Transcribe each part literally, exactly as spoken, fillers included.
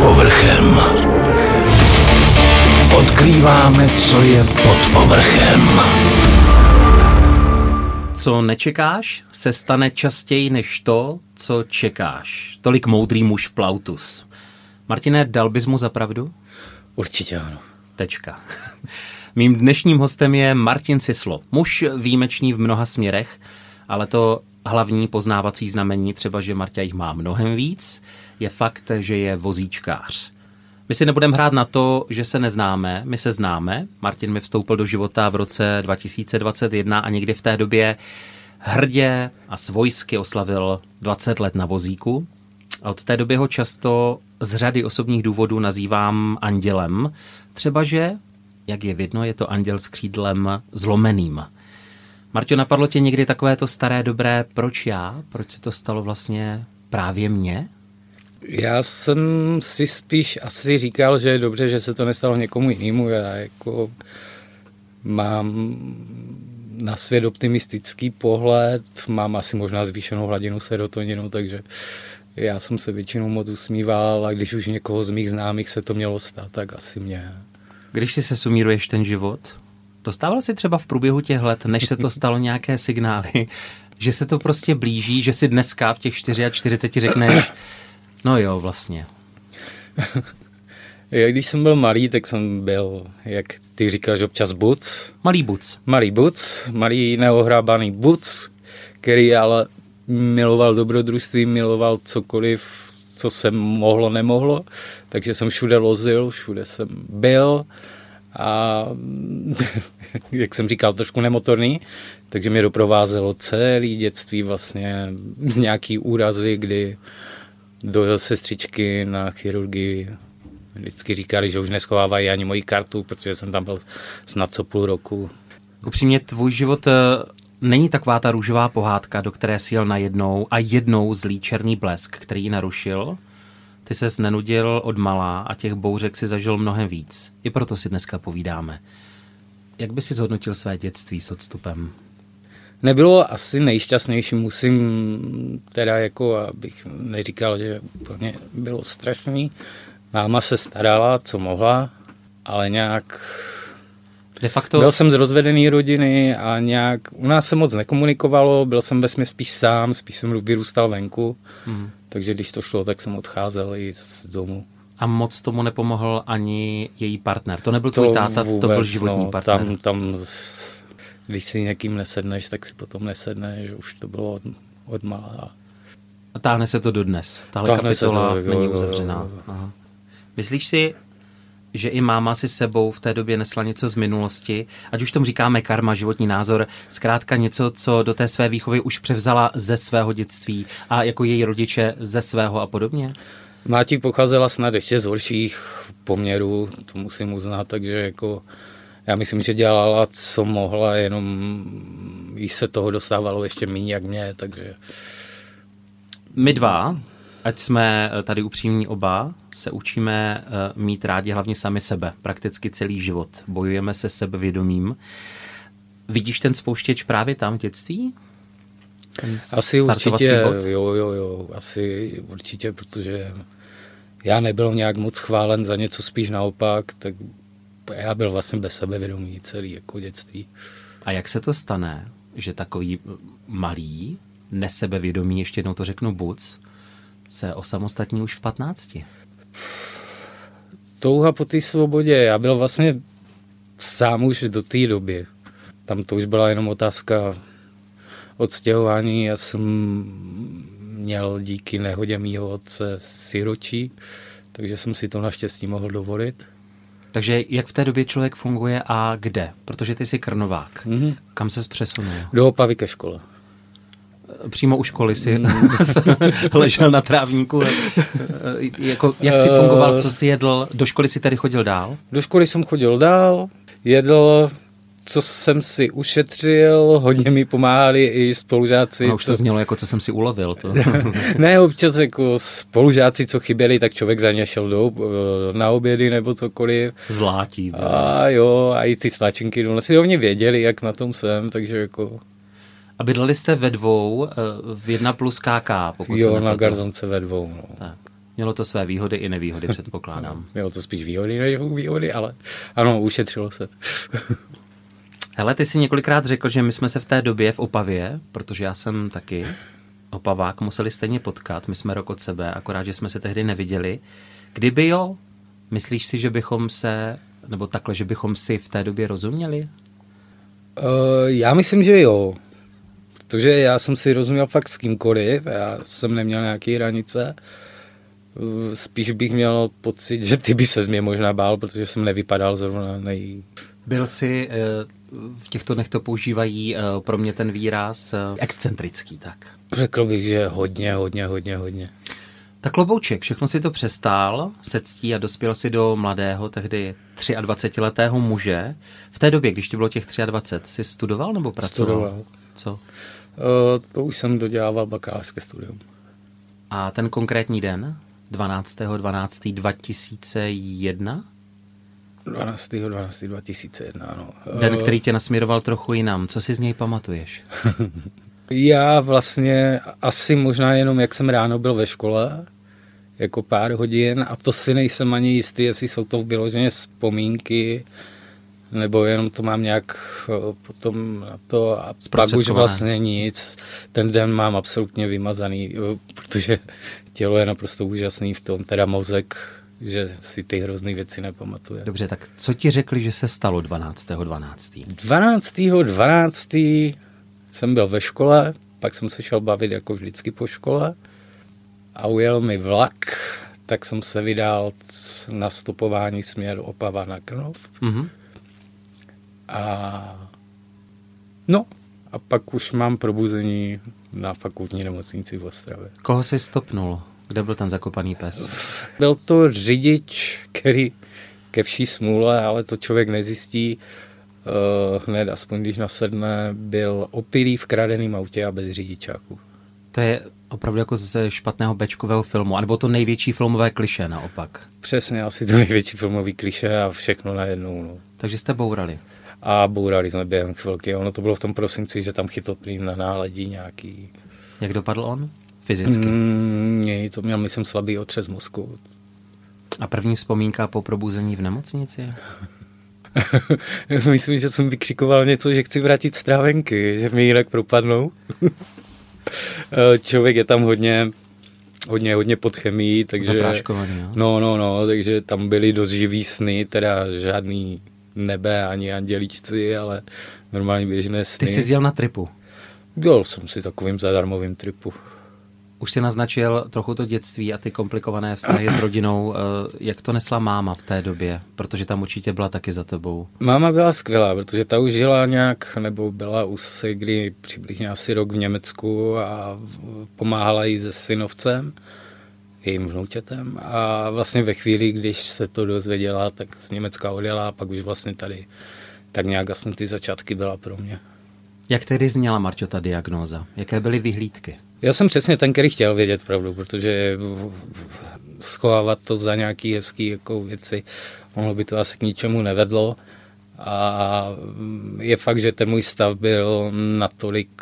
povrchem. Odkrýváme, co je pod povrchem. Co nečekáš, se stane častěji než to, co čekáš. Tolik moudrý muž Plautus. Martine, dal bys mu za pravdu? Určitě ano. Tečka. Mým dnešním hostem je Martin Sislo. Muž výjimečný v mnoha směrech, ale to hlavní poznávací znamení, třeba že Marta jich má mnohem víc, je fakt, že je vozíčkář. My si nebudeme hrát na to, že se neznáme, my se známe. Martin mi vstoupil do života v roce dva tisíce dvacet jedna a někdy v té době hrdě a svojsky oslavil dvacet let na vozíku. A od té doby ho často z řady osobních důvodů nazývám andělem. Třeba, že, jak je vidno, je to anděl s křídlem zlomeným. Marťo, napadlo tě někdy takové to staré dobré, proč já? Proč se to stalo vlastně právě mně? Já jsem si spíš asi říkal, že je dobře, že se to nestalo někomu jinému. Já jako mám na svět optimistický pohled, mám asi možná zvýšenou hladinu serotoninu, takže já jsem se většinou moc usmíval a když už někoho z mých známých se to mělo stát, tak asi mě. Když si se sumíruješ ten život, dostával jsi třeba v průběhu těch let, než se to stalo, nějaké signály, že se to prostě blíží, že si dneska v těch čtyřiceti čtyři řekneš, no jo, vlastně. Já, když jsem byl malý, tak jsem byl, jak ty říkáš, občas buc. Malý buc. Malý buc, malý neohrábaný buc, který ale miloval dobrodružství, miloval cokoliv, co se mohlo, nemohlo. Takže jsem všude lozil, všude jsem byl a jak jsem říkal, trošku nemotorný, takže mě doprovázelo celé dětství vlastně z nějaký úrazy, kdy do sestřičky na chirurgii vždycky říkali, že už neschovávají ani moji kartu, protože jsem tam byl snad co půl roku. Upřímně, tvůj život není taková ta růžová pohádka, do které si jel najednou a jednou zlý černý blesk, který ji narušil. Ty ses nenudil od malá a těch bouřek si zažil mnohem víc. I proto si dneska povídáme. Jak by si zhodnotil své dětství s odstupem? Nebylo asi nejšťastnější, musím teda jako, abych neříkal, že úplně bylo strašný. Máma se starala, co mohla, ale nějak... De facto... Byl jsem z rozvedené rodiny a nějak u nás se moc nekomunikovalo, byl jsem vesměs spíš sám, spíš jsem vyrůstal venku, hmm. takže když to šlo, tak jsem odcházel i z domu. A moc tomu nepomohl ani její partner? To nebyl tvůj táta, vůbec, to byl životní no, partner? Tam, tam, když si někým nesedneš, tak si potom nesedneš, už to bylo od, od malá. A táhne se to dodnes? Tahle táhne kapitola to, není jo, uzavřená. Jo, jo. Aha. Myslíš si, že i máma si sebou v té době nesla něco z minulosti, ať už tomu říkáme karma, životní názor, zkrátka něco, co do té své výchovy už převzala ze svého dětství a jako její rodiče ze svého a podobně? Máti pocházela snad ještě z horších poměrů, to musím uznat, takže jako já myslím, že dělala, co mohla, jenom jí se toho dostávalo ještě méně jak mě, takže... My dva, ať jsme tady upřímní oba, se učíme mít rádi hlavně sami sebe, prakticky celý život. Bojujeme se sebevědomím. Vidíš ten spouštěč právě tam v dětství? Ten asi určitě, bod? jo, jo, jo, asi určitě, protože já nebyl nějak moc chválen za něco, spíš naopak, tak já byl vlastně bez sebevědomí celý jako dětství. A jak se to stane, že takový malý, nesebevědomý, ještě jednou to řeknu buc, se osamostatní už v patnácti? Touha po té svobodě. Já byl vlastně sám už do té doby. Tam to už byla jenom otázka odstěhování. Já jsem měl díky nehodě mýho otce siročí, takže jsem si to naštěstí mohl dovolit. Takže jak v té době člověk funguje a kde? Protože ty jsi Krnovák. Mm-hmm. Kam ses přesunul? Do Opavy ke škole. Přímo u školy si mm. ležel na trávníku. jako, jak jsi fungoval, co jsi jedl? Do školy si tedy chodil dál? Do školy jsem chodil dál, jedl, co jsem si ušetřil, hodně mi pomáhali i spolužáci. No už to co... znělo jako, co jsem si ulovil. To. Ne, občas jako spolužáci, co chyběli, tak člověk za ně šel do, na obědy nebo cokoliv. Zlátí. A jo, a i ty sváčenky, no si rovně věděli, jak na tom jsem, takže jako... A bydleli jste ve dvou v jedna plus ká ká, pokud jo, se na Garzonce ve dvou. No. Tak. Mělo to své výhody i nevýhody, předpokládám. Mělo to spíš výhody než výhody, ale ano, ušetřilo se. Hele, ty jsi několikrát řekl, že my jsme se v té době v Opavě, protože já jsem taky Opavák, museli stejně potkat, my jsme rok od sebe, akorát, že jsme se tehdy neviděli. Kdyby jo, myslíš si, že bychom se, nebo takhle, že bychom si v té době rozuměli? Uh, já myslím, že jo. Protože já jsem si rozuměl fakt s kýmkoliv, já jsem neměl nějaké hranice. Uh, spíš bych měl pocit, že ty by se z mě možná bál, protože jsem nevypadal zrovna nej... Byl jsi, v těchto dnech to používají pro mě ten výraz excentrický, tak. Řekl bych, že hodně, hodně, hodně, hodně. Tak klobouček, všechno si to přestál, se ctí a dospěl si do mladého, tehdy dvacetiletého muže. V té době, když ti bylo těch dvacet tři, jsi studoval nebo pracoval? Studoval. Co? Uh, to už jsem dodělával bakalářské studium. A ten konkrétní den, dvanáctého dvanáctého dva tisíce jedna? dvanáctého dvanáctého dva tisíce jedna, ano. Den, který tě nasměroval trochu jinam. Co si z něj pamatuješ? Já vlastně asi možná jenom, jak jsem ráno byl ve škole, jako pár hodin, a to si nejsem ani jistý, jestli jsou to vyloženě vzpomínky, nebo jenom to mám nějak potom na to a pak už vlastně nic. Ten den mám absolutně vymazaný, protože tělo je naprosto úžasný v tom, teda mozek, že si ty hrozný věci nepamatuje. Dobře, tak co ti řekli, že se stalo dvanáctého dvanáctého? dvanáctého dvanáctého jsem byl ve škole, pak jsem se šel bavit jako vždycky po škole a ujel mi vlak, tak jsem se vydal na stopování směr Opava na Krnov. Mm-hmm. A no, a pak už mám probuzení na fakultní nemocnici v Ostravě. Koho jsi stopnul? Kde byl ten zakopaný pes? Byl to řidič, který ke vší smůle, ale to člověk nezjistí uh, hned, aspoň když nasedne, byl opilý v kradeném autě a bez řidičáku. To je opravdu jako ze špatného béčkového filmu, anebo to největší filmové klišé naopak. Přesně, asi to největší filmový klišé a všechno najednou. No. Takže jste bourali? A bourali jsme během chvilky. Ono to bylo v tom prosinci, že tam chytl plyn na náledí nějaký. Jak dopadl on? Fyzicky? Mm, nej, to měl, myslím, slabý otřes mozku. A první vzpomínka po probuzení v nemocnici? Myslím, že jsem vykřikoval něco, že chci vrátit strávenky, že mi jinak propadnou. Člověk je tam hodně, hodně, hodně pod chemií, takže... Zapráškovaný, jo? No, no, no, takže tam byly dost živý sny, teda žádný nebe ani andělíčci, ale normálně běžné sny. Ty jsi jel na tripu? Byl jsem si takovým zadarmovým tripu. Už si naznačil trochu to dětství a ty komplikované vztahy s rodinou. Jak to nesla máma v té době? Protože tam určitě byla taky za tebou. Máma byla skvělá, protože ta už žila nějak, nebo byla u Sigry přibližně asi rok v Německu a pomáhala jí se synovcem, jejím vnoučetem. A vlastně ve chvíli, když se to dozvěděla, tak z Německa odjela a pak už vlastně tady tak nějak aspoň ty začátky byla pro mě. Jak tedy zněla, Marťo, ta diagnóza? Jaké byly vyhlídky? Já jsem přesně ten, který chtěl vědět pravdu, protože schovávat to za nějaký hezký jako věci, ono by to asi k ničemu nevedlo. A je fakt, že ten můj stav byl natolik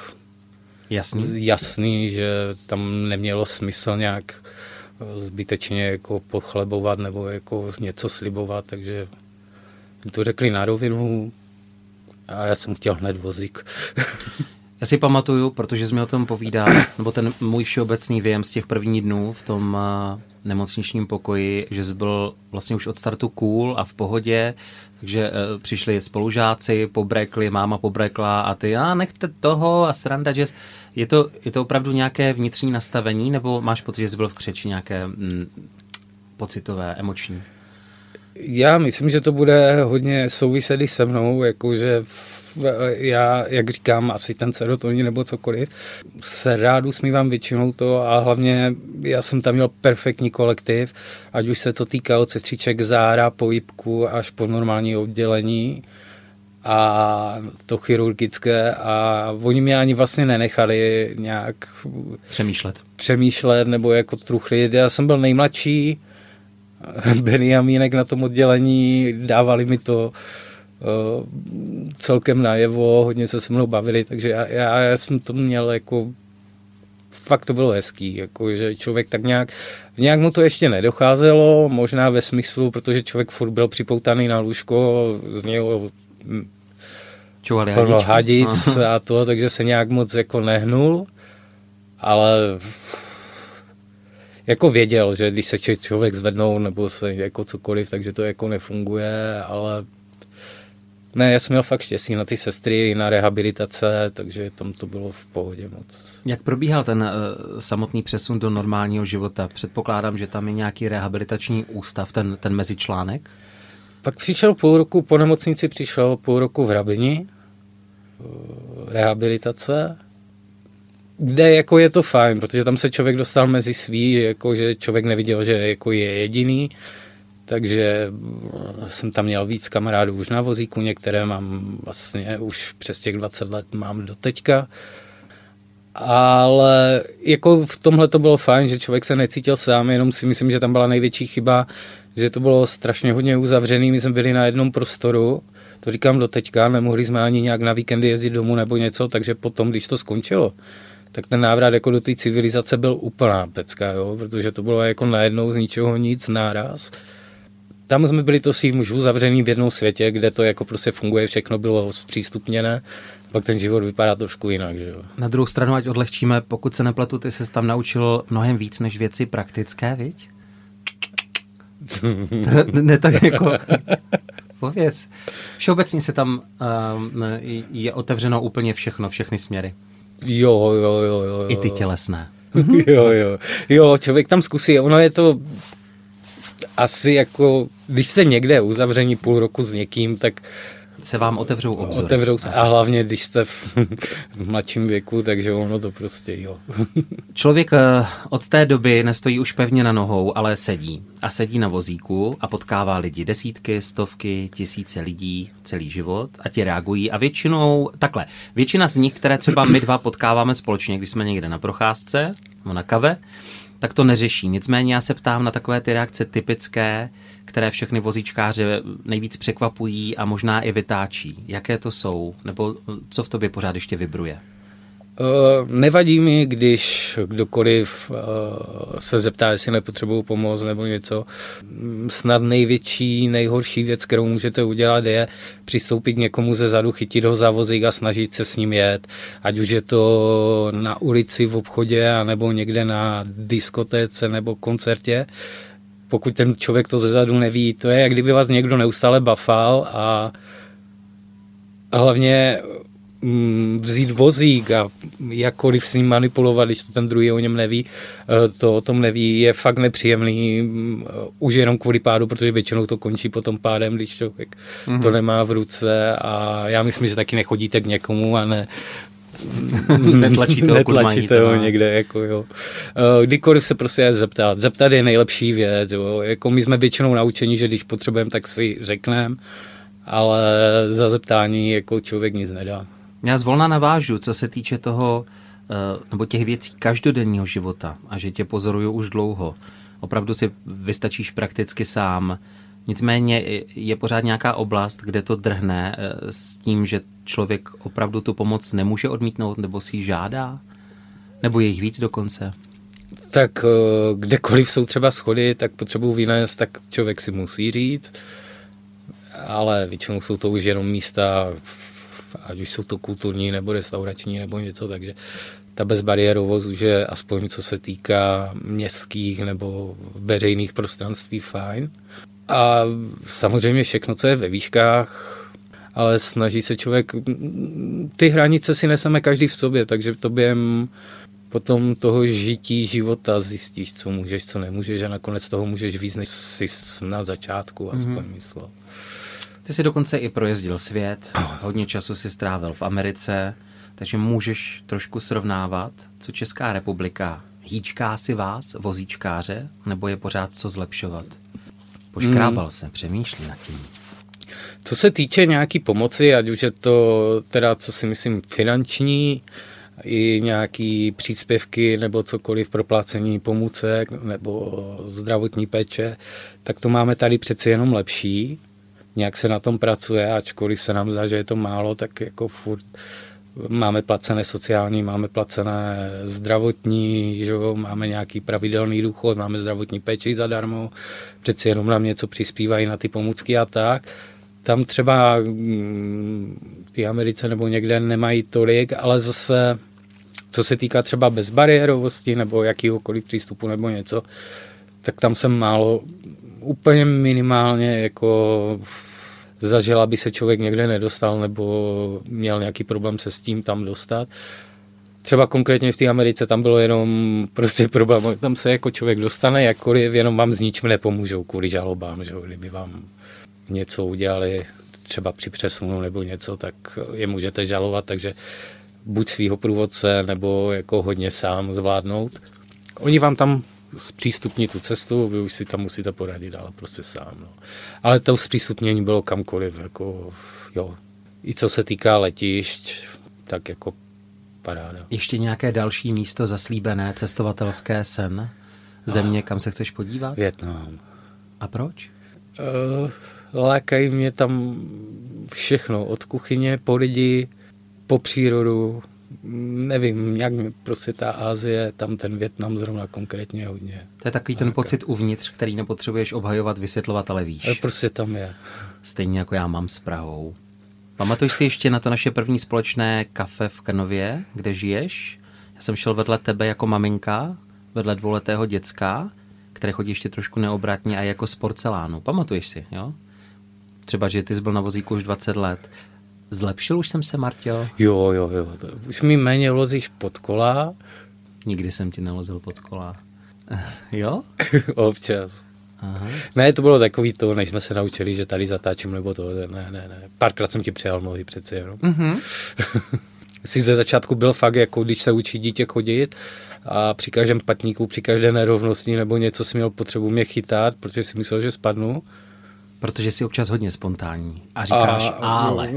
jasný, jasný, že tam nemělo smysl nějak zbytečně jako pochlebovat nebo jako něco slibovat, takže to řekli na rovinu a já jsem chtěl hned vozík. Já si pamatuju, protože jsi mi o tom povídal, nebo ten můj všeobecný věm z těch prvních dnů v tom uh, nemocničním pokoji, že jsi byl vlastně už od startu cool a v pohodě, takže uh, přišli spolužáci, pobrekli, máma pobrekla a ty, a nechte toho a sranda jazz. Je to, je to opravdu nějaké vnitřní nastavení, nebo máš pocit, že jsi byl v křeči nějaké mm, pocitové, emoční? Já myslím, že to bude hodně souviset i se mnou, jakože já, jak říkám, asi ten serotonin nebo cokoliv, se rád usmívám většinou to a hlavně já jsem tam měl perfektní kolektiv, ať už se to týká od sestřiček zára, po jipku až po normální oddělení a to chirurgické a oni mě ani vlastně nenechali nějak přemýšlet, přemýšlet nebo jako truchlit. Já jsem byl nejmladší, Benjamínek na tom oddělení, dávali mi to uh, celkem najevo, hodně se se mnou bavili, takže já, já, já jsem to měl jako fakt to bylo hezký, jako, že člověk tak nějak, nějak mu to ještě nedocházelo, možná ve smyslu, protože člověk furt byl připoutaný na lůžko, z něho čouvali plno hadic a to, takže se nějak moc jako nehnul, ale jako věděl, že když se člověk zvednou nebo se jako cokoliv, takže to jako nefunguje, ale ne, já jsem měl fakt štěstí na ty sestry, na rehabilitace, takže tam to bylo v pohodě moc. Jak probíhal ten uh, samotný přesun do normálního života? Předpokládám, že tam je nějaký rehabilitační ústav, ten, ten mezičlánek? Pak přišel půl roku, po nemocnici přišel půl roku v Rabini, rehabilitace, kde jako je to fajn, protože tam se člověk dostal mezi svý, jako že člověk neviděl, že jako je jediný, takže jsem tam měl víc kamarádů už na vozíku, některé mám vlastně už přes těch dvacet let mám do teďka, ale jako v tomhle to bylo fajn, že člověk se necítil sám, jenom si myslím, že tam byla největší chyba, že to bylo strašně hodně uzavřený, my jsme byli na jednom prostoru, to říkám do teďka, nemohli jsme ani nějak na víkendy jezdit domů nebo něco, takže potom, když to skončilo, tak ten návrat jako do té civilizace byl úplná pecka, jo? Protože to bylo jako najednou z ničeho nic náraz. Tam jsme byli to svým už uzavřený v jednom světě, kde to jako prostě funguje, všechno bylo zpřístupněné, pak ten život vypadá trošku jinak. Že jo? Na druhou stranu, ať odlehčíme, pokud se nepletu, ty ses tam naučil mnohem víc než věci praktické, viď? Ne tak jako... Pověz. Všeobecně se tam um, je otevřeno úplně všechno, všechny směry. Jo, jo, jo, jo, jo. I ty tělesné. Jo, jo. Jo, člověk tam zkusí, ono je to asi jako, když se někde uzavření půl roku s někým, tak se vám otevřou obzory. Otevřou se, a hlavně, když jste v, v mladším věku, takže ono to prostě jo. Člověk od té doby nestojí už pevně na nohou, ale sedí. A sedí na vozíku a potkává lidi. Desítky, stovky, tisíce lidí celý život a ti reagují. A většinou, takhle, většina z nich, které třeba my dva potkáváme společně, když jsme někde na procházce nebo na kave, tak to neřeší. Nicméně já se ptám na takové ty reakce typické, které všechny vozíčkáře nejvíc překvapují a možná i vytáčí. Jaké to jsou? Nebo co v tobě pořád ještě vibruje? Uh, nevadí mi, když kdokoliv uh, se zeptá, jestli nepotřebuju pomoc nebo něco. Snad největší, nejhorší věc, kterou můžete udělat, je přistoupit někomu ze zadu, chytit ho za vozík a snažit se s ním jet. Ať už je to na ulici, v obchodě, anebo někde na diskotéce nebo koncertě. Pokud ten člověk to zezadu neví, to je, jak kdyby vás někdo neustále bafal a hlavně vzít vozík a jakkoliv s ním manipulovat, když to ten druhý o něm neví, to o tom neví, je fakt nepříjemný už jenom kvůli pádu, protože většinou to končí potom pádem, když člověk mm-hmm. to nemá v ruce a já myslím, že taky nechodíte k někomu a ne netlačíte ho, netlačíte ho někde, jako jo. Kdykoliv se prostě je zeptat. Zeptat je nejlepší věc, jo. Jako my jsme většinou naučeni, že když potřebujeme, tak si řekneme, ale za zeptání jako člověk nic nedá. Já zvolna navážu, co se týče toho, nebo těch věcí každodenního života a že tě pozoruju už dlouho. Opravdu si vystačíš prakticky sám. Nicméně je pořád nějaká oblast, kde to drhne s tím, že člověk opravdu tu pomoc nemůže odmítnout nebo si ji žádá? Nebo je jich víc dokonce? Tak kdekoliv jsou třeba schody, tak potřebuji vynést, tak člověk si musí říct. Ale většinou jsou to už jenom místa, ať už jsou to kulturní nebo restaurační nebo něco, takže ta bezbariérovost už je aspoň co se týká městských nebo veřejných prostranství fajn. A samozřejmě všechno, co je ve výškách, ale snaží se člověk, ty hranice si neseme každý v sobě, takže to během potom toho žití života zjistíš, co můžeš, co nemůžeš a nakonec toho můžeš víc, než jsi na začátku aspoň mm-hmm. myslel. Ty jsi dokonce i projezdil svět, hodně času si strávil v Americe, takže můžeš trošku srovnávat, co Česká republika hýčká si vás, vozíčkáře, nebo je pořád co zlepšovat? Poškrábal mm. se, přemýšlí nad tím. Co se týče nějaký pomoci, ať už je to teda, co si myslím, finanční, i nějaký příspěvky nebo cokoliv proplácení pomůcek nebo zdravotní péče, tak to máme tady přeci jenom lepší. Nějak se na tom pracuje, ačkoliv se nám zdá, že je to málo, tak jako furt máme placené sociální, máme placené zdravotní, že jo, máme nějaký pravidelný důchod, máme zdravotní péči zadarmo, přeci jenom nám něco přispívají na ty pomůcky a tak. Tam třeba v té Americe nebo někde nemají tolik, ale zase, co se týká třeba bezbariérovosti nebo jakýhokoliv přístupu nebo něco, tak tam jsem málo, úplně minimálně jako zažil, aby se člověk někde nedostal nebo měl nějaký problém se s tím tam dostat. Třeba konkrétně v té Americe tam bylo jenom prostě problém, tam se jako člověk dostane, jakkoliv jenom vám s ničím nepomůžou kvůli žalobám, že kdyby vám něco udělali třeba při přesunu nebo něco, tak je můžete žalovat, takže buď svýho průvodce nebo jako hodně sám zvládnout. Oni vám tam zpřístupní tu cestu, vy už si tam musíte poradit, ale prostě sám. No. Ale to zpřístupnění bylo kamkoliv, jako jo. I co se týká letišť, tak jako paráda. Ještě nějaké další místo zaslíbené, cestovatelské sen? Země, kam se chceš podívat? Vietnam. A proč? Uh, lákají mě tam všechno, od kuchyně, po lidi, po přírodu, nevím, jak mě prostě ta Asie, tam ten Vietnam zrovna konkrétně hodně. To je takový ten tak. pocit uvnitř, který nepotřebuješ obhajovat, vysvětlovat, ale víš. Ale prostě tam je. Stejně jako já mám s Prahou. Pamatuješ si ještě na to naše první společné kafe v Krnově, kde žiješ? Já jsem šel vedle tebe jako maminka, vedle dvouletého děcka, které chodí ještě trošku neobratně a jako z porcelánu. Pamatuješ si, jo? Třeba, že ty jsi byl na vozíku už dvacet let. Zlepšil už jsem se, Marťo? Jo, jo, jo. Už mi méně lozíš pod kola. Nikdy jsem ti nelozil pod kola. Jo? Občas. Aha. Ne, to bylo takový to, než jsme se naučili, že tady zatáčím, nebo to, ne, ne, ne. Párkrát jsem ti přijal nohy přeci jenom. Mm-hmm. Jsi ze začátku byl fakt, jako když se učí dítě chodit a při každém patníku, při každé nerovnosti nebo něco si měl potřebu mě chytat, protože si myslel, že spadnu. Protože jsi občas hodně spontánní a říkáš a, ale.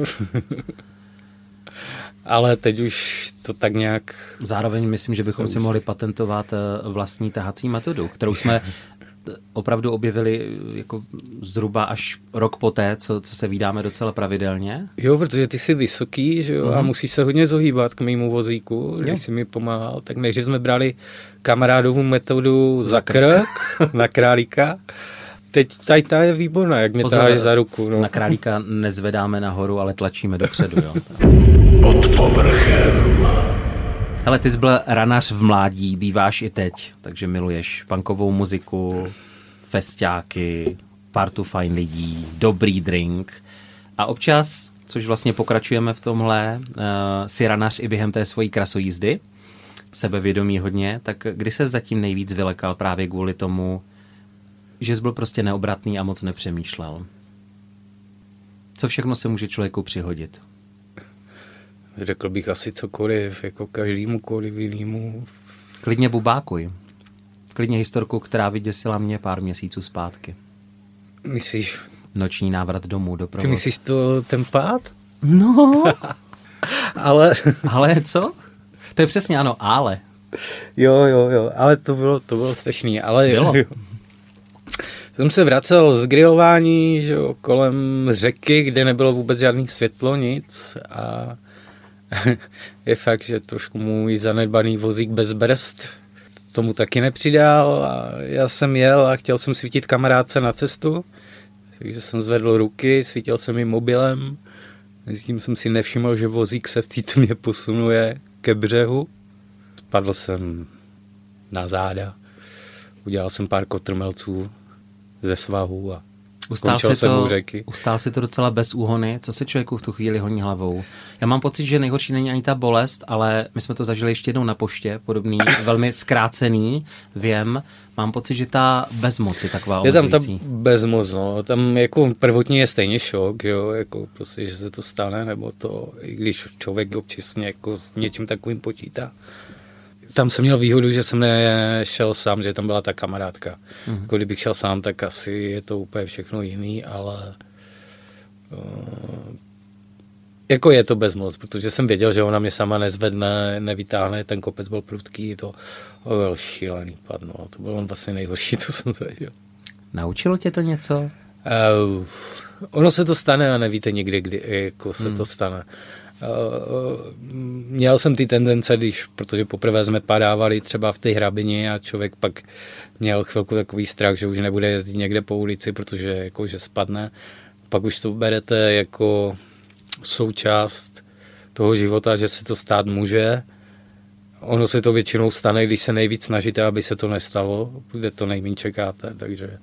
Ale teď už to tak nějak... Zároveň myslím, že bychom si mohli patentovat vlastní tahací metodu, kterou jsme opravdu objevili jako zhruba až rok poté, co, co se vídáme docela pravidelně. Jo, protože ty jsi vysoký, že jo, mm. a musíš se hodně zohýbat k mému vozíku, když jsi mi pomáhal. Tak nejdřív jsme brali kamarádovu metodu za krk, na králíka. Teď tady ta je výborná, jak mě taháš za ruku. No. Na králíka nezvedáme nahoru, ale tlačíme dopředu. Jo. Pod povrchem. Hele, ty jsi byl ranař v mládí, býváš i teď, takže miluješ punkovou muziku, festiáky, partu fajn lidí, dobrý drink a občas, což vlastně pokračujeme v tomhle, uh, si ranař i během té svojí krasojízdy, sebevědomí hodně, tak kdy ses zatím nejvíc vylekal právě kvůli tomu, že jsi byl prostě neobratný a moc nepřemýšlel? Co všechno se může člověku přihodit? Řekl bych asi cokoliv, jako každému koliv jinému. Klidně bubákuj. Klidně historku, která vyděsila mě pár měsíců zpátky. Myslíš? Noční návrat domů do provozu. Ty myslíš to ten pád? No. ale... ale co? To je přesně ano, ale. Jo, jo, jo, ale to bylo, to bylo strašný. Ale bylo. Jo. Jsem se vracel z grilování, že jo, kolem řeky, kde nebylo vůbec žádný světlo, nic a je fakt, že trošku můj zanedbaný vozík bez brzd tomu taky nepřidal a já jsem jel a chtěl jsem svítit kamarádce na cestu, takže jsem zvedl ruky, svítil jsem jim mobilem, s tím jsem si nevšiml, že vozík se v té tmě posunuje ke břehu. Spadl jsem na záda, udělal jsem pár kotrmelců ze svahu a Ustál si, to, ustál si to docela bez úhony. Co se člověku v tu chvíli honí hlavou? Já mám pocit, že nejhorší není ani ta bolest, ale my jsme to zažili ještě jednou na poště, podobný, velmi zkrácený věm. Mám pocit, že ta bezmoc je taková omezující. Je tam ta bezmoc, no. Tam jako prvotní je stejně šok, jo, jako prostě, že se to stane, nebo to, i když člověk občas jako s něčím takovým počítá. Tam jsem měl výhodu, že jsem nešel sám, že tam byla ta kamarádka. Mm. Jako kdybych šel sám, tak asi je to úplně všechno jiný, ale uh, jako je to bezmoc, protože jsem věděl, že ona mě sama nezvedne, nevytáhne, ten kopec byl prudký, to, to byl šílený pad, no. To bylo vlastně nejhorší, co jsem zažil. Naučilo tě to něco? Uh, ono se to stane a nevíte nikdy, kdy jako se hmm. to stane. Měl jsem ty tendence, když, protože poprvé jsme padávali třeba v té hrabini a člověk pak měl chvilku takový strach, že už nebude jezdit někde po ulici, protože jako, že spadne. Pak už to berete jako součást toho života, že se to stát může. Ono se to většinou stane, když se nejvíc snažíte, aby se to nestalo, kde to nejméně čekáte, takže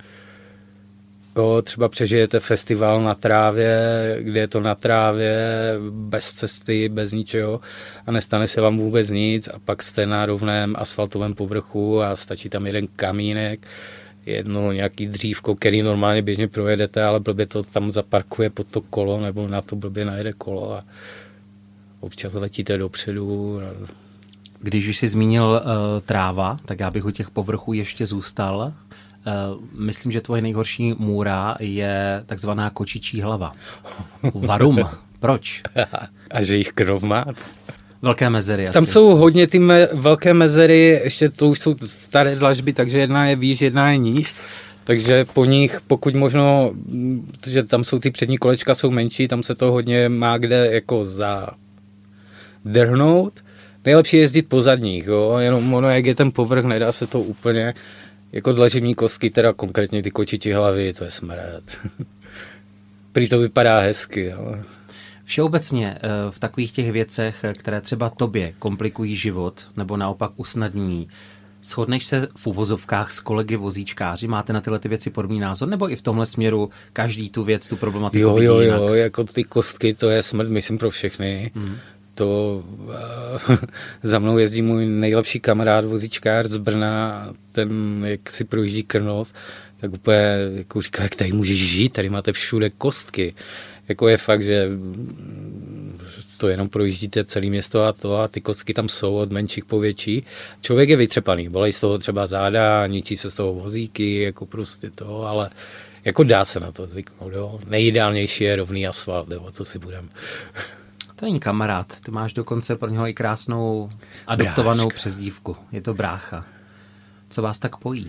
jo, třeba přežijete festival na trávě, kde je to na trávě, bez cesty, bez ničeho a nestane se vám vůbec nic a pak jste na rovném asfaltovém povrchu a stačí tam jeden kamínek, jedno nějaký dřívko, který normálně běžně projedete, ale blbě to tam zaparkuje pod to kolo nebo na to blbě najede kolo a občas letíte dopředu. Když už jsi zmínil uh, tráva, tak já bych u těch povrchů ještě zůstal. Uh, myslím, že tvoje nejhorší můra je takzvaná kočičí hlava. Varum. Proč? A že jich krov má. Velké mezery asi. Tam jsou hodně ty me- velké mezery, ještě to už jsou staré dlažby, takže jedna je výš, jedna je níž. Takže po nich, pokud možno, že tam jsou ty přední kolečka, jsou menší, tam se to hodně má kde jako zadrhnout. Nejlepší je jezdit po zadních, jo? Jenom ono, jak je ten povrch, nedá se to úplně, jako dlažební kostky, teda konkrétně ty kočičí hlavy, to je smrad. Prý to vypadá hezky, jo? Všeobecně v takových těch věcech, které třeba tobě komplikují život, nebo naopak usnadní, shodneš se v uvozovkách s kolegy vozíčkáři? Máte na tyhle ty věci podobný názor? Nebo i v tomhle směru každý tu věc, tu problematiku jo, vidí jo, jinak? Jo, jako ty kostky, to je smrt, myslím, pro všechny. Hmm. To uh, za mnou jezdí můj nejlepší kamarád vozíčkář z Brna, ten, jak si projíždí Krnov, tak úplně jako říká, jak tady můžeš žít, tady máte všude kostky. Jako je fakt, že to jenom projíždíte celé město a to a ty kostky tam jsou od menších po větší. Člověk je vytřepaný, bolej z toho třeba záda, ničí se z toho vozíky, jako prostě to, ale jako dá se na to zvyknout, jo. Nejideálnější je rovný asfalt, nebo co si budem. To není kamarád, ty máš dokonce pro něho i krásnou adoptovanou Bráška. Přezdívku. Je to brácha. Co vás tak pojí?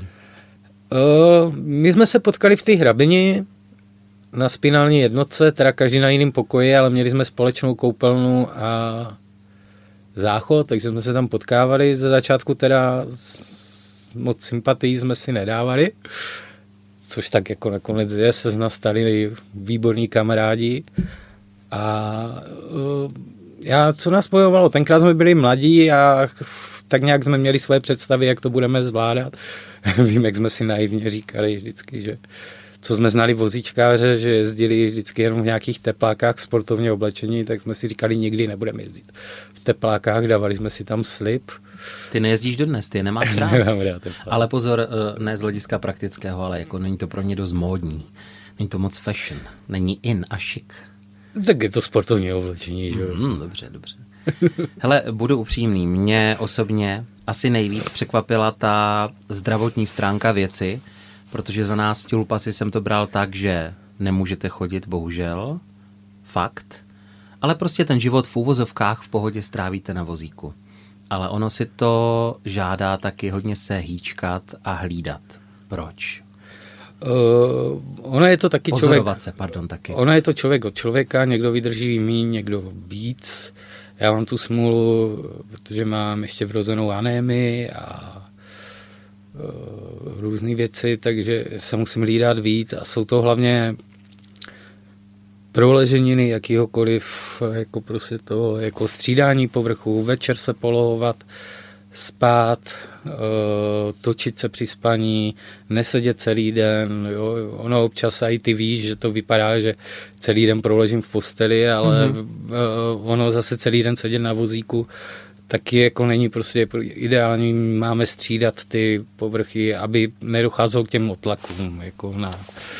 Uh, my jsme se potkali v té hrabini na spinální jednotce, teda každý na jiném pokoji, ale měli jsme společnou koupelnu a záchod, takže jsme se tam potkávali. Ze začátku teda moc sympatií jsme si nedávali, což tak jako nakonec je, se z nás stali výborní kamarádi. A uh, já, co nás spojovalo, tenkrát jsme byli mladí a tak nějak jsme měli svoje představy, jak to budeme zvládat. Vím, jak jsme si naivně říkali vždycky, že co jsme znali vozíčkáře, že jezdili vždycky jenom v nějakých teplákách sportovně oblečení, tak jsme si říkali, nikdy nebudeme jezdit v teplákách, dávali jsme si tam slib. Ty nejezdíš dodnes, ty je nemáš rád. Ale pozor, ne z hlediska praktického, ale jako není to pro ně dost módní. Není to moc fashion, není in a šik. Tak je to sportovní oblečení, že jo? Mm, dobře, dobře. Hele, budu upřímný, mě osobně asi nejvíc překvapila ta zdravotní stránka věci, protože za nás tělupasy jsem to bral tak, že nemůžete chodit, bohužel, fakt, ale prostě ten život v úvozovkách v pohodě strávíte na vozíku. Ale ono si to žádá taky hodně se hýčkat a hlídat. Proč? Uh, ono je to taky Pozorovat člověk, se, pardon, taky. Ono je to člověk od člověka, někdo vydrží míň, někdo víc. Já mám tu smůlu, protože mám ještě vrozenou anémii a uh, různé věci, takže se musím hlídat víc a jsou to hlavně proleženiny jakýhokoliv, jako prostě to, jako střídání povrchu, večer se polohovat, spát, točit se při spaní, nesedět celý den. Jo. Ono občas i ty víš, že to vypadá, že celý den proležím v posteli, ale mm-hmm. ono zase celý den sedět na vozíku taky jako není prostě ideální. Máme střídat ty povrchy, aby nedocházelo k těm otlakům jako na,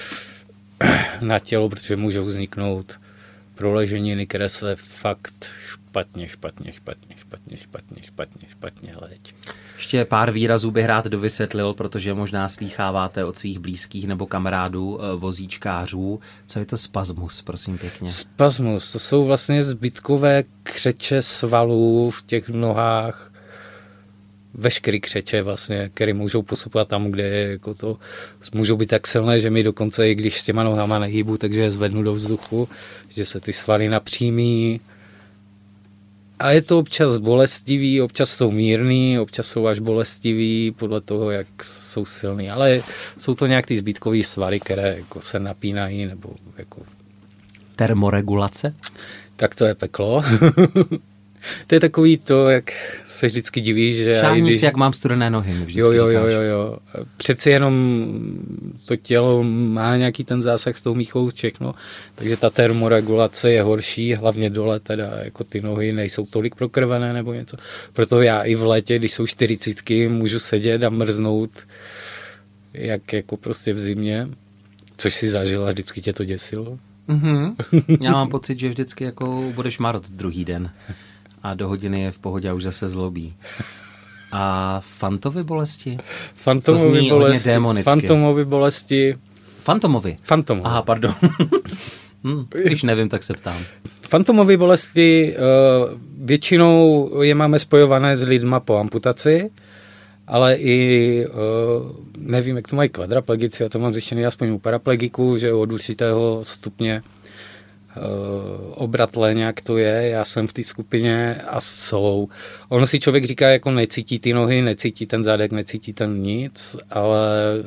na tělo, protože můžou vzniknout proleženiny, které se fakt špatně, špatně, špatně, špatně, špatně, špatně, špatně leď. Ještě pár výrazů bych rád dovysvětlil, protože možná slýcháváte od svých blízkých nebo kamarádů vozíčkářů. Co je to spasmus, prosím pěkně? Spasmus, to jsou vlastně zbytkové křeče svalů v těch nohách veškerý křeče vlastně, které můžou postupovat tam, kde jako to můžou být tak silné, že mi dokonce, i když s těma nohama nehýbu, takže je zvednu do vzduchu, že se ty svaly napřímí. A je to občas bolestivý, občas jsou mírný, občas jsou až bolestivý, podle toho, jak jsou silný. Ale jsou to nějak ty zbytkové svaly, které jako se napínají, nebo jako... Termoregulace? Tak to je peklo. To je takový to, jak se vždycky divíš, že... Šáhni když... si, jak mám studené nohy, mi vždycky jo, jo, říkáš. jo, jo, jo. Přeci jenom to tělo má nějaký ten zásah s tou míchou, všechno, takže ta termoregulace je horší, hlavně dole teda, jako ty nohy nejsou tolik prokrvené nebo něco. Proto já i v létě, když jsou čtyřicítky, můžu sedět a mrznout, jak jako prostě v zimě, což si zažila, vždycky tě to děsilo. Mm-hmm. Já mám pocit, že vždycky jako budeš marot druhý den a do hodiny je v pohodě a už zase zlobí. A fantovy bolesti? Fantomovy bolesti. Fantomovy bolesti. Fantomovy? Fantomovy. Aha, pardon. hm, když nevím, tak se ptám. Fantomové bolesti většinou je máme spojované s lidma po amputaci, ale i nevím, jak to mají kvadraplegici, já to mám zjištěný aspoň u paraplegiků, že od určitého stupně obratle nějak to je, já jsem v té skupině a jsou. Ono si člověk říká, jako necítí ty nohy, necítí ten zadek, necítí ten nic, ale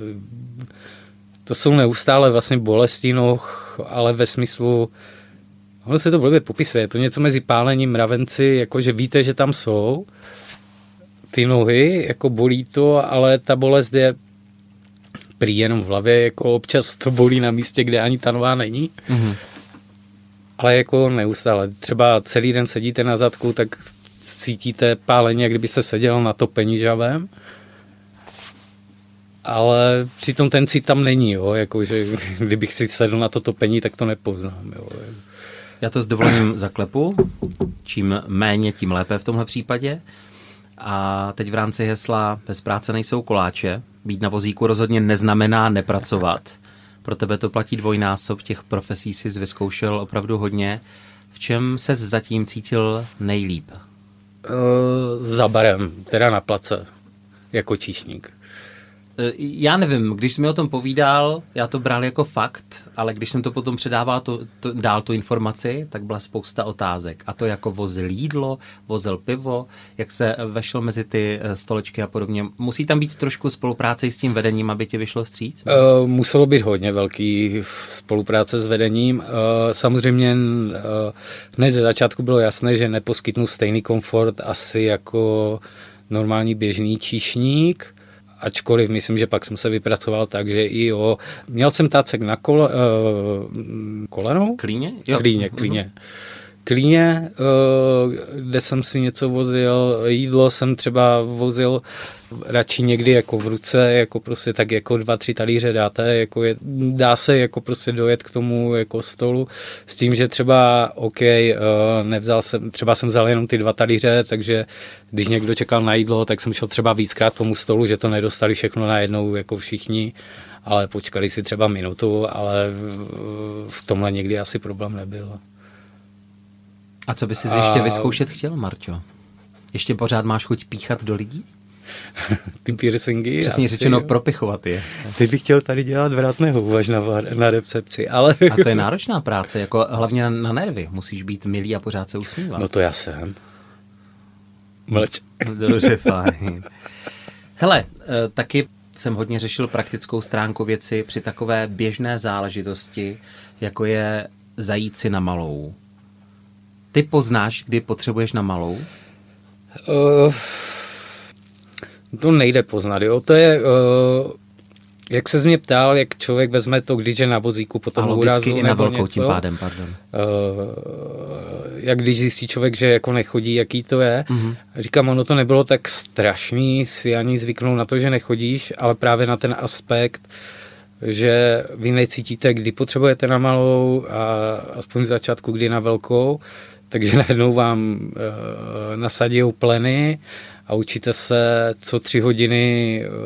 to jsou neustále vlastně bolesti noh, ale ve smyslu, ono se to blbě popisuje, je to něco mezi pálením, mravenci, jakože víte, že tam jsou ty nohy, jako bolí to, ale ta bolest je prý jenom v hlavě, jako občas to bolí na místě, kde ani ta nová není. Mm-hmm. Ale jako neustále. Třeba celý den sedíte na zadku, tak cítíte pálení, jak kdybyste seděl na topení žavém. Ale přitom ten cít tam není, jo. Jakože, kdybych si sedl na to topení, tak to nepoznám. Jo. Já to s dovolením zaklepu. Čím méně, tím lépe v tomhle případě. A teď v rámci hesla bez práce nejsou koláče. Být na vozíku rozhodně neznamená nepracovat. Pro tebe to platí dvojnásob, těch profesí jsi vyzkoušel opravdu hodně. V čem ses zatím cítil nejlíp? Uh, za barem, teda na place, jako číšník. Já nevím, když jsi mi o tom povídal, já to bral jako fakt, ale když jsem to potom předával to, to, dál tu informaci, tak byla spousta otázek. A to jako vozil jídlo, vozil pivo, jak se vešel mezi ty stolečky a podobně. Musí tam být trošku spolupráce s tím vedením, aby ti vyšlo vstříc? Uh, muselo být hodně velký spolupráce s vedením. Uh, samozřejmě uh, hned ze začátku bylo jasné, že neposkytnu stejný komfort asi jako normální běžný číšník, ačkoliv myslím, že pak jsem se vypracoval tak, že i jo, měl jsem tácek na kole, uh, kolenou? Klíně? Jo. Klíně, klíně. Klíně, uh, kde jsem si něco vozil, jídlo jsem třeba vozil radši někdy jako v ruce, jako prostě tak jako dva, tři talíře dáte, jako je, dá se jako prostě dojet k tomu jako stolu s tím, že třeba OK, uh, nevzal jsem, třeba jsem vzal jenom ty dva talíře, takže když někdo čekal na jídlo, tak jsem šel třeba víckrát k tomu stolu, že to nedostali všechno najednou jako všichni, ale počkali si třeba minutu, ale v tomhle někdy asi problém nebyl. A co by si ještě vyzkoušet chtěl, Marťo? Ještě pořád máš chuť píchat do lidí? Ty piercingy? Přesně asi, řečeno, jo. Propichovat je. Ty bych chtěl tady dělat vratného uvaž na, na recepci, ale... A to je náročná práce, jako hlavně na, na nervy. Musíš být milý a pořád se usmívat. No to já jsem. Mlč. Dobře, fajn. Hele, taky jsem hodně řešil praktickou stránku věci při takové běžné záležitosti, jako je zajít si na malou. Ty poznáš, kdy potřebuješ na malou? Uh, to nejde poznat, jo. To je, uh, jak se mě ptal, jak člověk vezme to, když je na vozíku po tom úrazu i na velkou tím pádem, pardon. Uh, jak když zjistí člověk, že jako nechodí, jaký to je. Uh-huh. Říkám, ono to nebylo tak strašný si ani zvyknout na to, že nechodíš, ale právě na ten aspekt, že vy necítíte, kdy potřebujete na malou a aspoň z začátku, kdy na velkou, takže najednou vám e, nasadí pleny a učíte se co tři hodiny e,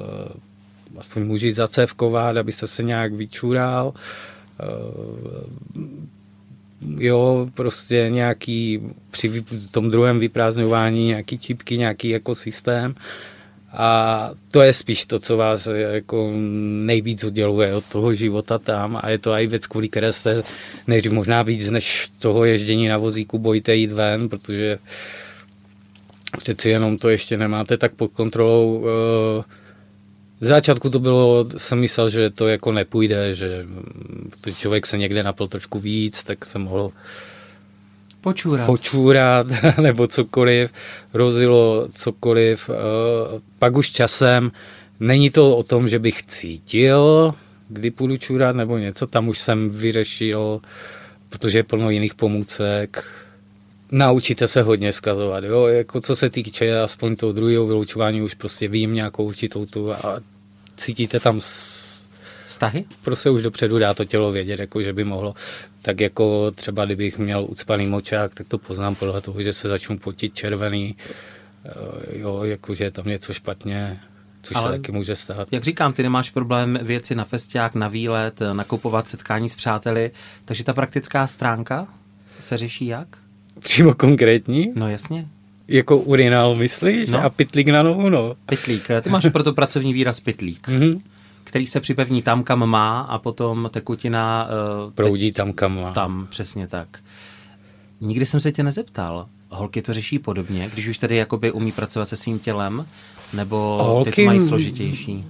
aspoň můžít zacévkovat, abyste se nějak vyčůral. E, jo, prostě nějaký, při tom druhém vyprázdňování, nějaký čipky, nějaký ekosystém. A to je spíš to, co vás jako nejvíc odděluje od toho života tam a je to i věc, kvůli které jste nejdřív možná víc než toho ježdění na vozíku bojíte jít ven, protože přeci jenom to ještě nemáte tak pod kontrolou. V začátku to bylo, jsem myslel, že to jako nepůjde, že protože člověk se někde napil trošku víc, tak jsem mohl Počůrat. počůrat nebo cokoliv, hrozilo cokoliv. Pak už časem není to o tom, že bych cítil, kdy půjdu čůrat nebo něco, tam už jsem vyřešil, protože je plno jiných pomůcek. Naučíte se hodně zkazovat, jo, jako co se týče aspoň toho druhého vyloučování, už prostě vím nějakou určitou tu a cítíte tam s... Vztahy? Prostě už dopředu dá to tělo vědět, jako že by mohlo. Tak jako třeba kdybych měl ucpaný močák, tak to poznám podle toho, že se začnu potit červený, jo, jako že je tam něco špatně, což ale se taky může stát. Jak říkám, ty nemáš problém věci na festiák, na výlet, nakupovat, setkání s přáteli, takže ta praktická stránka se řeší jak? Přímo konkrétní? No jasně. Jako urinál, myslíš? No. A pytlík na nohu, no. Pytlík, ty máš proto pracovní výraz pytlík. Mm-hmm. Který se připevní tam, kam má a potom tekutina... Uh, proudí tam, kam má. Tam, přesně tak. Nikdy jsem se tě nezeptal. Holky to řeší podobně, když už tady jakoby umí pracovat se svým tělem, nebo holky... ty to mají složitější?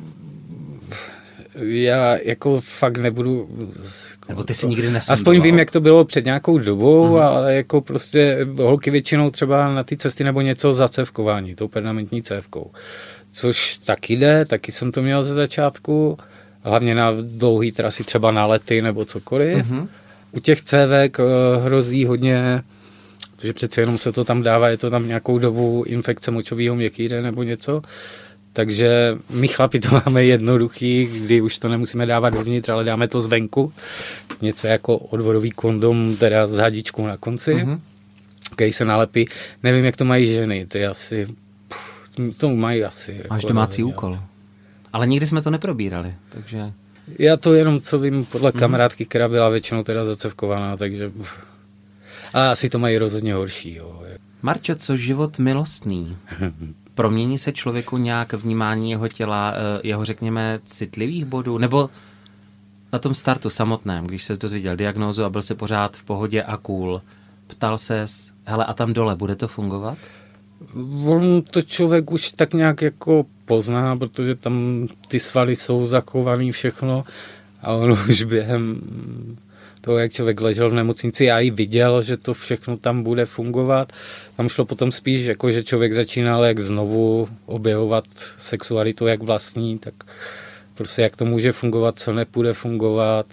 Já jako fakt nebudu... Nebo ty si nikdy nesondoval. Aspoň vím, jak to bylo před nějakou dobou, mm. ale jako prostě holky většinou třeba na ty cesty nebo něco za cévkování, tou permanentní cévkou. Což taky jde, taky jsem to měl ze začátku, hlavně na dlouhý trasy, třeba na lety nebo cokoliv. Mm-hmm. U těch cévek hrozí hodně, protože přece jenom se to tam dává, je to tam nějakou dobu infekce močového měchýře nebo něco. Takže my chlapi to máme jednoduchý, kdy už to nemusíme dávat dovnitř, ale dáme to zvenku. Něco jako odvodový kondom, teda s hadičkou na konci, mm-hmm. který se nalepí. Nevím, jak to mají ženy, ty asi... To mají asi. Máš jako domácí nevím, úkol. Ale nikdy jsme to neprobírali, takže... Já to jenom, co vím, podle mm-hmm. kamarádky, která byla většinou teda zacevkovaná, takže... Ale asi to mají rozhodně horší, jo. Marťo, co život milostný? Promění se člověku nějak vnímání jeho těla, jeho, řekněme, citlivých bodů? Nebo na tom startu samotném, když ses dozvěděl diagnózu a byl se pořád v pohodě a cool, ptal ses, hele, a tam dole, bude to fungovat? On to člověk už tak nějak jako pozná, protože tam ty svaly jsou zachovaný všechno a on už během toho, jak člověk ležel v nemocnici, já i viděl, že to všechno tam bude fungovat. Tam šlo potom spíš, jako že člověk začínal jak znovu objevovat sexualitu jak vlastní, tak prostě jak to může fungovat, co nepůjde fungovat.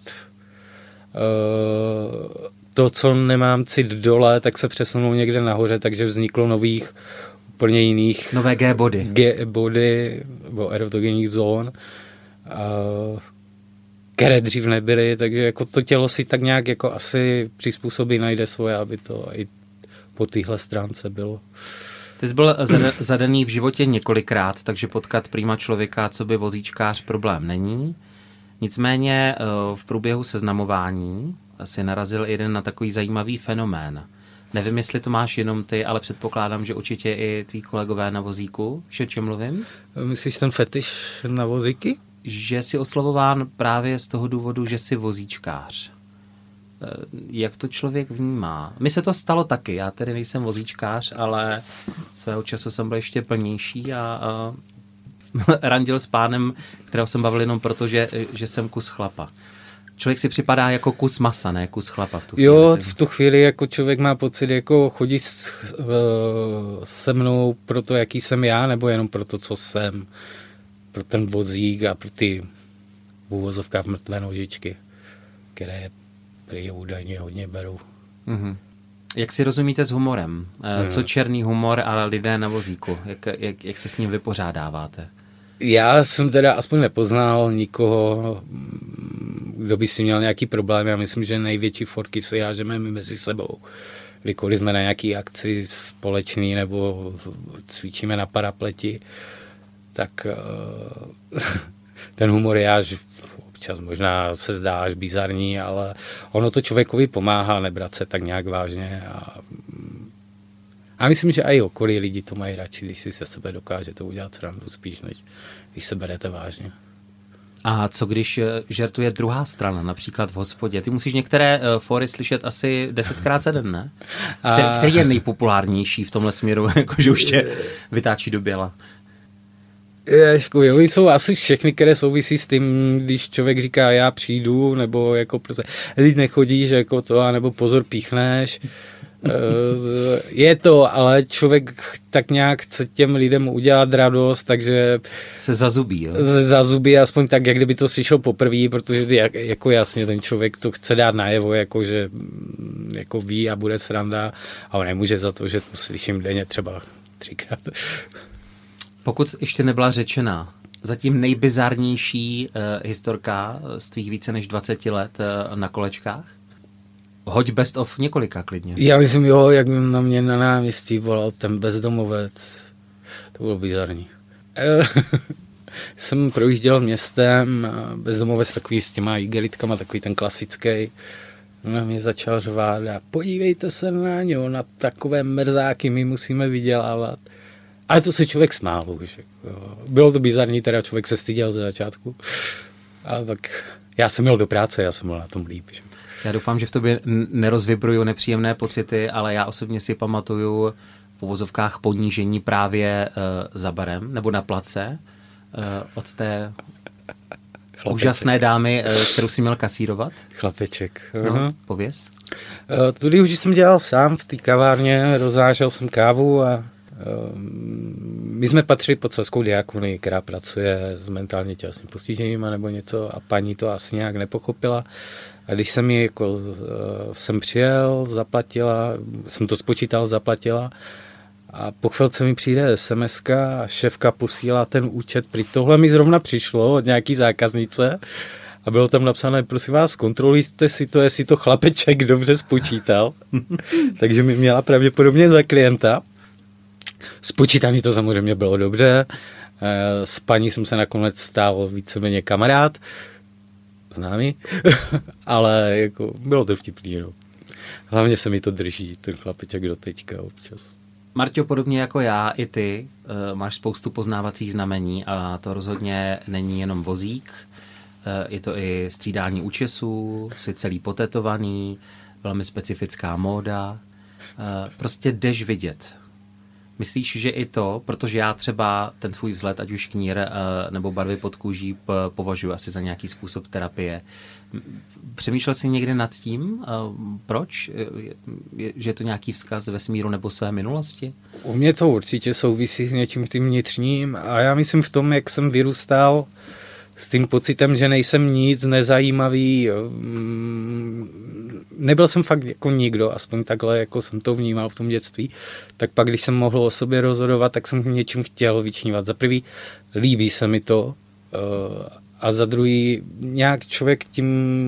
To, co nemám cit dole, tak se přesunou někde nahoře, takže vzniklo nových, úplně jiných... Nové G-body. G-body, nebo erotogenních zón, které dřív nebyly, takže jako to tělo si tak nějak jako asi přizpůsobí, najde svoje, aby to i po téhle stránce bylo. Ty jsi byl zadaný v životě několikrát, takže potkat prima člověka, co by vozíčkář, problém není. Nicméně v průběhu seznamování si narazil jeden na takový zajímavý fenomén. Nevím, jestli to máš jenom ty, ale předpokládám, že určitě i tví kolegové na vozíku. Víš, o čem mluvím? Myslíš ten fetiš na vozíky? Že jsi oslovován právě z toho důvodu, že jsi vozíčkář. Jak to člověk vnímá? Mně se to stalo taky. Já tedy nejsem vozíčkář, ale svého času jsem byl ještě plnější a, a randil s pánem, kterého jsem bavil jenom proto, že, že jsem kus chlapa. Člověk si připadá jako kus masa, ne kus chlapa v tu chvíli. Jo, v tu chvíli jako člověk má pocit, jako chodí s, se mnou pro to, jaký jsem já, nebo jenom pro to, co jsem. Pro ten vozík a pro ty v úvozovkách mrtvé nožičky, které prý údajně hodně berou. Mm-hmm. Jak si rozumíte s humorem? Mm. Co černý humor a lidé na vozíku? Jak, jak, jak se s ním vypořádáváte? Já jsem teda aspoň nepoznal nikoho, kdo by si měl nějaký problém. Já myslím, že největší forky si hážeme my mezi sebou. Kdykoliv jsme na nějaký akci společný nebo cvičíme na parapleti, tak ten humor je až občas možná se zdá až bizarní, ale ono to člověkovi pomáhá nebrat se tak nějak vážně. A, a myslím, že i okolí lidi to mají radši, když si se sebe dokáže to udělat srandu spíš, než když se berete vážně. A co když žertuje druhá strana, například v hospodě? Ty musíš některé uh, fóry slyšet asi desetkrát za den, ne? Který, a... který je nejpopulárnější v tomhle směru, jakože už tě vytáčí do běla? Ježku, jo, jsou asi všechny, které souvisí s tím, když člověk říká já přijdu, nebo jako prostě lidi nechodíš, jako to, nebo pozor píchneš. Je to, ale člověk tak nějak chce těm lidem udělat radost, takže se zazubí, jo? Se zazubí, aspoň tak, jak kdyby to slyšel poprvé, protože jak, jako jasně ten člověk to chce dát najevo, jako že jako ví a bude sranda, ale nemůže za to, že to slyším denně třeba třikrát. Pokud ještě nebyla řečena, zatím nejbizarnější uh, historka z tvých více než dvacet let uh, na kolečkách? Hoď best of několika klidně. Já myslím, jo, jak na mě na náměstí volal ten bezdomovec. To bylo bizarní. Jsem projížděl městem, bezdomovec takový s těma igelitkama, takový ten klasický. Na mě začal řvát a podívejte se na něho, na takové mrzáky my musíme vydělávat. Ale to se člověk smál už. Bylo to bizarní, teda člověk se styděl ze začátku. Ale tak já jsem měl do práce, já jsem byl na tom líp. Že? Já doufám, že v tobě nerozvibruju nepříjemné pocity, ale já osobně si pamatuju v uvozovkách ponížení právě uh, za barem, nebo na place uh, od té Chlapeček. Úžasné dámy, uh, kterou si měl kasírovat. Chlapeček. No, pověz. Uh, tudy už jsem dělal sám v té kavárně, rozvážel jsem kávu a my jsme patřili pod Slezskou diakonii, která pracuje s mentálně tělesným postižením nebo něco a paní to asi nějak nepochopila. A když jsem ji jako, jsem přijel, zaplatila, jsem to spočítal, zaplatila a po chvilce mi přijde es em eska a šéfka posílá ten účet, prý tohle mi zrovna přišlo od nějaký zákaznice a bylo tam napsané, prosím vás, kontrolujte si to, jestli to chlapeček dobře spočítal. Takže mi měla pravděpodobně za klienta. Spočítaný to samozřejmě bylo dobře. S paní jsem se nakonec stál víceméně kamarád, známý, ale jako bylo to vtipný. No. Hlavně se mi to drží, ten chlapeček do teďka občas. Marťo, podobně jako já, i ty máš spoustu poznávacích znamení a to rozhodně není jenom vozík, je to i střídání účesů, jsi celý potetovaný, velmi specifická móda, prostě jdeš vidět. Myslíš, že i to, protože já třeba ten svůj vzhled, ať už knír nebo barvy pod kůží, považuji asi za nějaký způsob terapie. Přemýšlel jsi někdy nad tím, proč? Že je to nějaký vzkaz vesmíru nebo své minulosti? U mě to určitě souvisí s něčím tím vnitřním a já myslím v tom, jak jsem vyrůstal s tím pocitem, že nejsem nic nezajímavý. Nebyl jsem fakt jako nikdo, aspoň takhle, jako jsem to vnímal v tom dětství. Tak pak, když jsem mohl o sobě rozhodovat, tak jsem něčím chtěl vyčnívat. Za prvý, líbí se mi to a za druhý, nějak člověk tím...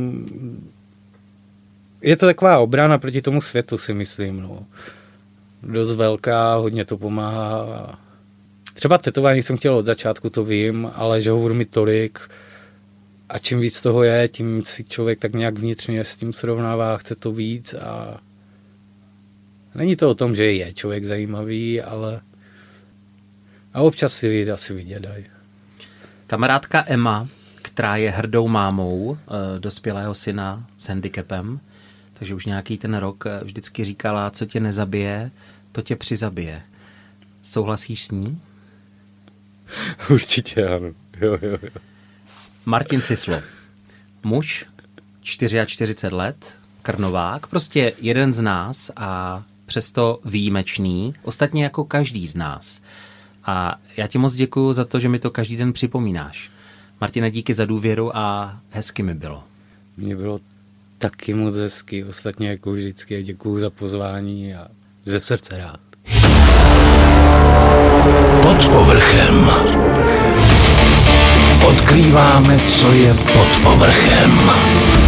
Je to taková obrana proti tomu světu, si myslím. No. Dost velká, hodně to pomáhá. Třeba tetování jsem chtěl od začátku, to vím, ale že hovoru mi tolik a čím víc toho je, tím si člověk tak nějak vnitřně s tím srovnává, chce to víc a není to o tom, že je člověk zajímavý, ale a občas si lidi asi vydědají. Kamarádka Emma, která je hrdou mámou e, dospělého syna s handicapem, takže už nějaký ten rok vždycky říkala, co tě nezabije, to tě přizabije. Souhlasíš s ní? Určitě ano. Jo, jo, jo. Martin Sislo, muž, čtyřicet čtyři let, Krnovák, prostě jeden z nás a přesto výjimečný, ostatně jako každý z nás. A já ti moc děkuju za to, že mi to každý den připomínáš. Martine, díky za důvěru a hezky mi bylo. Mně bylo taky moc hezky, ostatně jako vždycky. Děkuju za pozvání a ze srdce rád. Pod povrchem. Odkrýváme, co je pod povrchem.